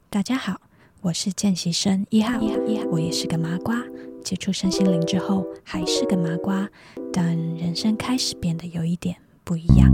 大家好，我是见习生1号，我也是个麻瓜，接触身心灵之后还是个麻瓜，但人生开始变得有一点不一样。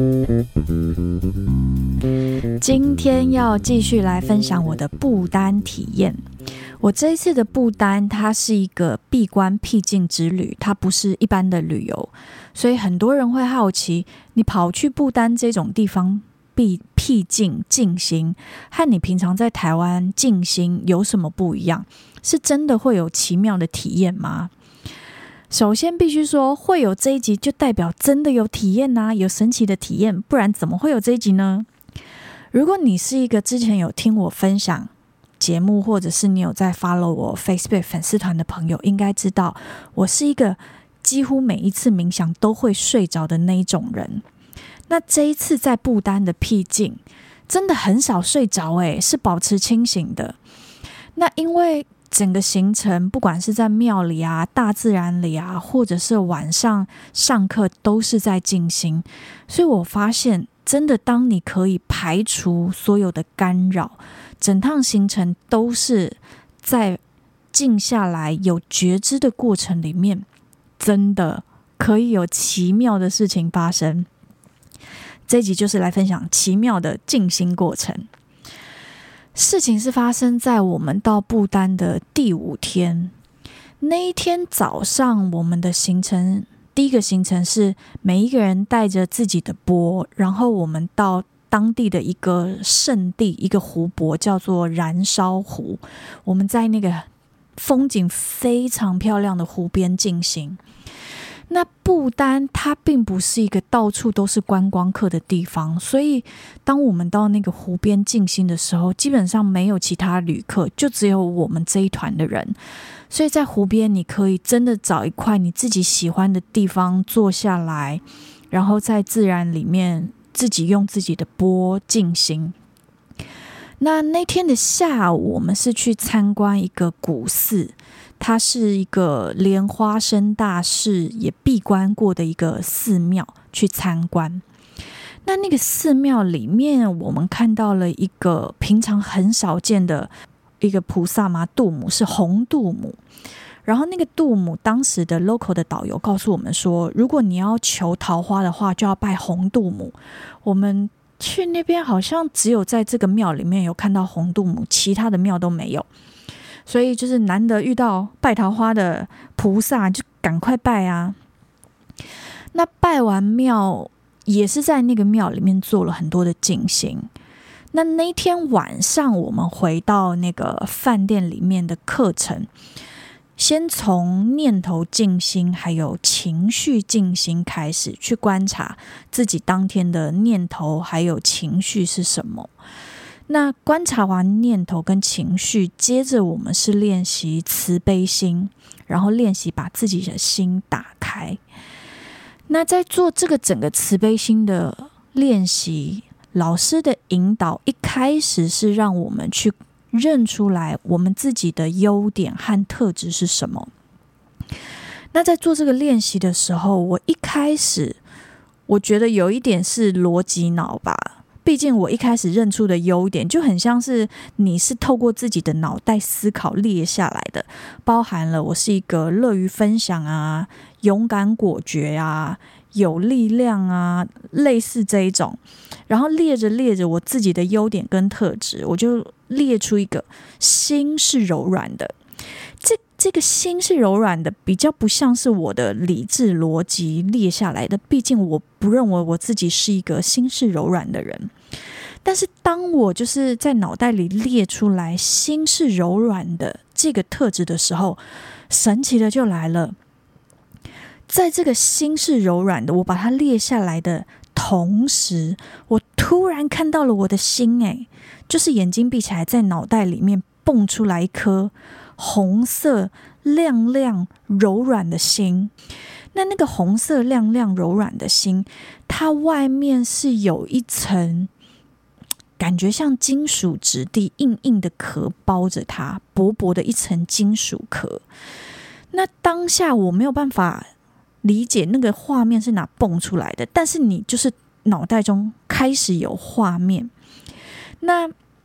今天要继续来分享我的不丹体验。我这一次的不丹，它是一个闭关僻静之旅，它不是一般的旅游，所以很多人会好奇，你跑去不丹这种地方僻静静心，和你平常在台湾静心有什么不一样？是真的会有奇妙的体验吗？首先必须说，会有这一集就代表真的有体验啊，有神奇的体验，不然怎么会有这一集呢？如果你是一个之前有听我分享节目，或者是你有在 follow 我 Facebook 粉丝团的朋友，应该知道我是一个几乎每一次冥想都会睡着的那一种人。那这一次在不丹的僻静真的很少睡着是保持清醒的。那因为整个行程不管是在庙里啊、大自然里啊，或者是晚上上课都是在静心，所以我发现真的当你可以排除所有的干扰，整趟行程都是在静下来有觉知的过程里面，真的可以有奇妙的事情发生。这一集就是来分享奇妙的静心过程。事情是发生在我们到不丹的第5天。那一天早上，我们的行程第一个行程是每一个人带着自己的钵，然后我们到当地的一个圣地，一个湖泊叫做燃烧湖。我们在那个风景非常漂亮的湖边进行。那不丹它并不是一个到处都是观光客的地方，所以当我们到那个湖边静心的时候，基本上没有其他旅客，就只有我们这一团的人。所以在湖边你可以真的找一块你自己喜欢的地方坐下来，然后在自然里面自己用自己的钵静心。那天的下午，我们是去参观一个古寺，它是一个莲花生大士也闭关过的一个寺庙，去参观。那个寺庙里面，我们看到了一个平常很少见的一个菩萨嘛，度母是红度母。然后那个度母，当时的 local 的导游告诉我们说，如果你要求桃花的话，就要拜红度母。我们去那边好像只有在这个庙里面有看到红度母，其他的庙都没有。所以就是难得遇到拜桃花的菩萨，就赶快拜啊。那拜完庙也是在那个庙里面做了很多的静心。那天晚上我们回到那个饭店里面的课程，先从念头静心还有情绪静心开始，去观察自己当天的念头还有情绪是什么。那观察完念头跟情绪，接着我们是练习慈悲心，然后练习把自己的心打开。那在做这个整个慈悲心的练习，老师的引导一开始是让我们去认出来我们自己的优点和特质是什么。那在做这个练习的时候，我一开始我觉得有一点是逻辑脑吧，毕竟我一开始认出的优点就很像是你是透过自己的脑袋思考列下来的，包含了我是一个乐于分享啊、勇敢果决啊、有力量啊，类似这一种。然后列着我自己的优点跟特质，我就列出一个心是柔软的。这个心是柔软的，比较不像是我的理智逻辑列下来的，毕竟我不认为我自己是一个心是柔软的人。但是当我就是在脑袋里列出来心是柔软的这个特质的时候，神奇的就来了。在这个心是柔软的，我把它列下来的同时，我突然看到了我的心，就是眼睛闭起来，在脑袋里面蹦出来一颗红色亮亮柔软的心。那个红色亮亮柔软的心，它外面是有一层感觉像金属质地硬硬的壳包着它，薄薄的一层金属壳。那当下我没有办法理解那个画面是哪蹦出来的，但是你就是脑袋中开始有画面。那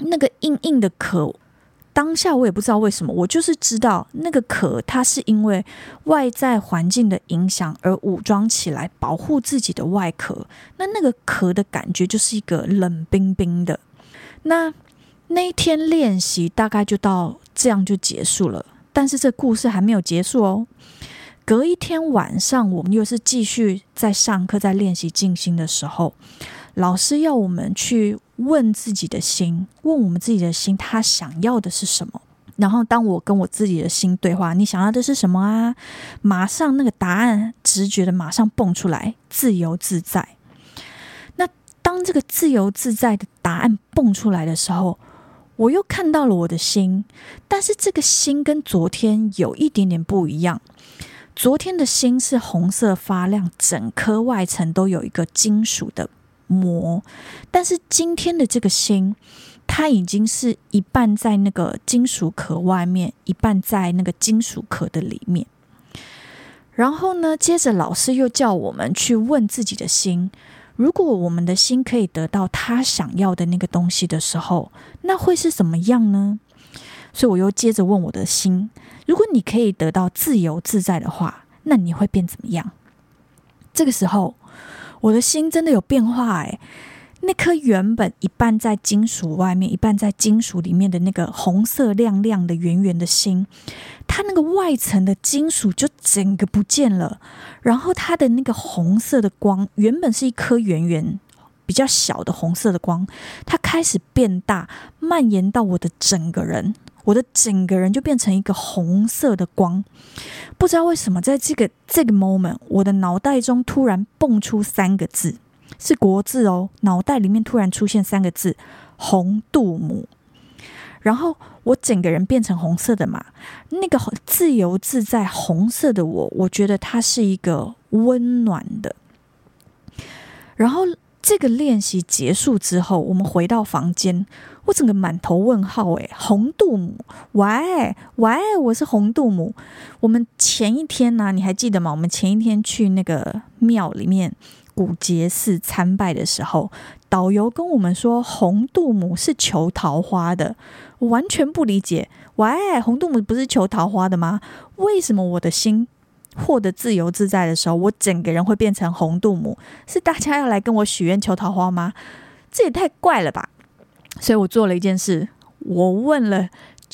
那个硬硬的壳，当下我也不知道为什么，我就是知道那个壳它是因为外在环境的影响而武装起来，保护自己的外壳。那个壳的感觉就是一个冷冰冰的。那一天练习大概就到这样就结束了，但是这故事还没有结束哦。隔一天晚上，我们又是继续在上课，在练习静心的时候，老师要我们去问自己的心，问我们自己的心，他想要的是什么。然后当我跟我自己的心对话，你想要的是什么啊？马上那个答案直觉的马上蹦出来，自由自在。那当这个自由自在的答案蹦出来的时候，我又看到了我的心，但是这个心跟昨天有一点点不一样。昨天的心是红色发亮，整颗外层都有一个金属的膜，但是今天的这个心，它已经是一半在那个金属壳外面，一半在那个金属壳的里面。然后呢，接着老师又叫我们去问自己的心，如果我们的心可以得到他想要的那个东西的时候，那会是怎么样呢？所以我又接着问我的心，如果你可以得到自由自在的话，那你会变怎么样？这个时候我的心真的有变化耶。那颗原本一半在金属外面，一半在金属里面的那个红色亮亮的圆圆的心，它那个外层的金属就整个不见了，然后它的那个红色的光，原本是一颗圆圆比较小的红色的光，它开始变大，蔓延到我的整个人，我的整个人就变成一个红色的光。不知道为什么在这个 moment， 我的脑袋中突然蹦出3个字，是国字哦，脑袋里面突然出现3个字，红度母。然后我整个人变成红色的嘛，那个自由自在红色的我觉得它是一个温暖的。然后这个练习结束之后，我们回到房间，我整个满头问号耶，红度母，喂，我是红度母。我们前一天呢，你还记得吗？我们前一天去那个庙里面古节寺参拜的时候，导游跟我们说红度母是求桃花的，我完全不理解。喂，红度母不是求桃花的吗？为什么我的心获得自由自在的时候，我整个人会变成红度母？是大家要来跟我许愿求桃花吗？这也太怪了吧。所以我做了一件事，我问了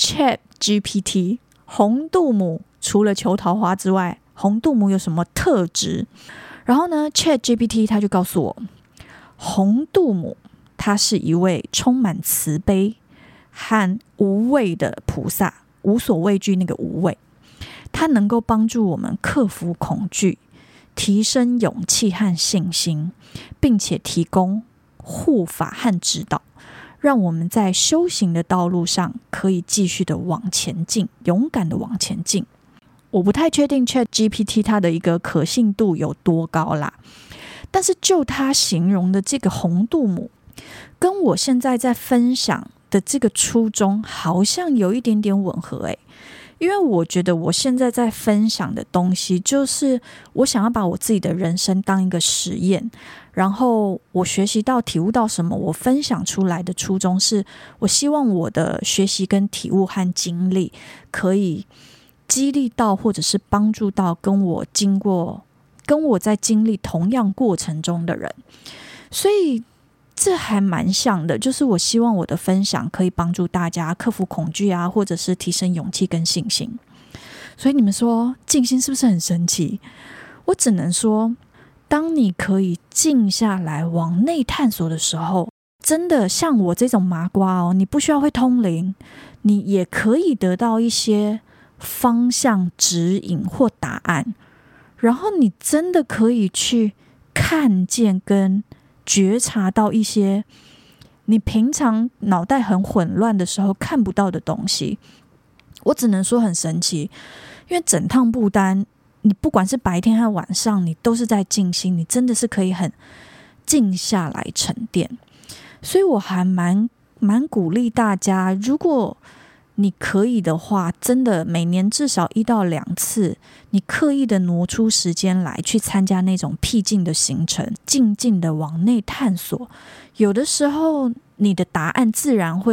ChatGPT， 红度母除了求桃花之外，红度母有什么特质？然后呢 ChatGPT 他就告诉我，红度母他是一位充满慈悲和无畏的菩萨，无所畏惧那个无畏，它能够帮助我们克服恐惧，提升勇气和信心，并且提供护法和指导，让我们在修行的道路上可以继续的往前进，勇敢的往前进。我不太确定 ChatGPT 它的一个可信度有多高啦，但是就它形容的这个红度母，跟我现在在分享的这个初衷好像有一点点吻合耶。因为我觉得我现在在分享的东西，就是我想要把我自己的人生当一个实验，然后我学习到体悟到什么，我分享出来的初衷是，我希望我的学习跟体悟和经历可以激励到或者是帮助到跟我在经历同样过程中的人。所以这还蛮像的，就是我希望我的分享可以帮助大家克服恐惧啊，或者是提升勇气跟信心。所以你们说静心是不是很神奇？我只能说，当你可以静下来往内探索的时候，真的像我这种麻瓜哦，你不需要会通灵，你也可以得到一些方向指引或答案，然后你真的可以去看见跟觉察到一些你平常脑袋很混乱的时候看不到的东西。我只能说很神奇，因为整趟不丹，你不管是白天还是晚上，你都是在静心，你真的是可以很静下来沉淀。所以我还蛮鼓励大家，如果你可以的话，真的每年至少1到2次，你刻意的挪出时间来去参加那种僻静的行程，静静的往内探索。有的时候你的答案自然会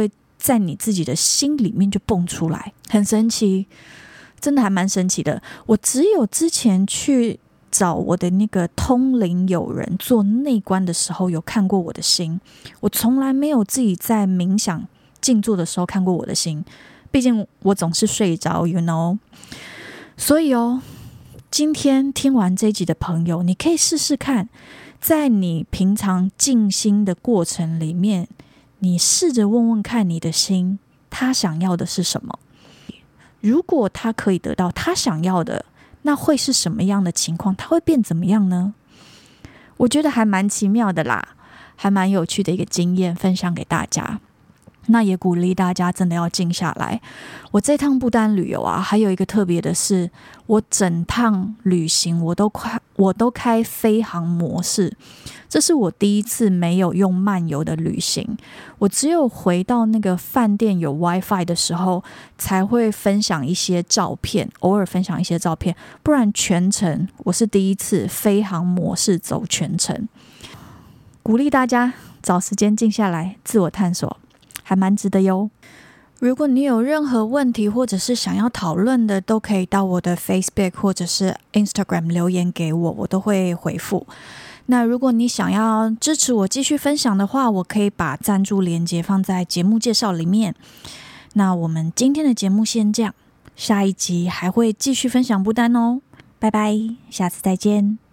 在你自己的心里面就蹦出来，很神奇，真的还蛮神奇的。我只有之前去找我的那个通灵友人做内观的时候有看过我的心，我从来没有自己在冥想静坐的时候看过我的心，毕竟我总是睡着 you know。 所以今天听完这一集的朋友，你可以试试看，在你平常静心的过程里面，你试着问问看你的心，他想要的是什么？如果他可以得到他想要的，那会是什么样的情况？他会变怎么样呢？我觉得还蛮奇妙的啦，还蛮有趣的一个经验分享给大家。那也鼓励大家真的要静下来。我这趟不丹旅游啊，还有一个特别的是，我整趟旅行我都开飞航模式，这是我第一次没有用漫游的旅行。我只有回到那个饭店有 WiFi 的时候，才会分享一些照片，偶尔分享一些照片，不然全程我是第一次飞航模式走全程。鼓励大家找时间静下来，自我探索。还蛮值得哟。如果你有任何问题或者是想要讨论的，都可以到我的 Facebook 或者是 Instagram 留言给我，我都会回复。那如果你想要支持我继续分享的话，我可以把赞助连结放在节目介绍里面。那我们今天的节目先这样，下一集还会继续分享不丹哦。拜拜，下次再见。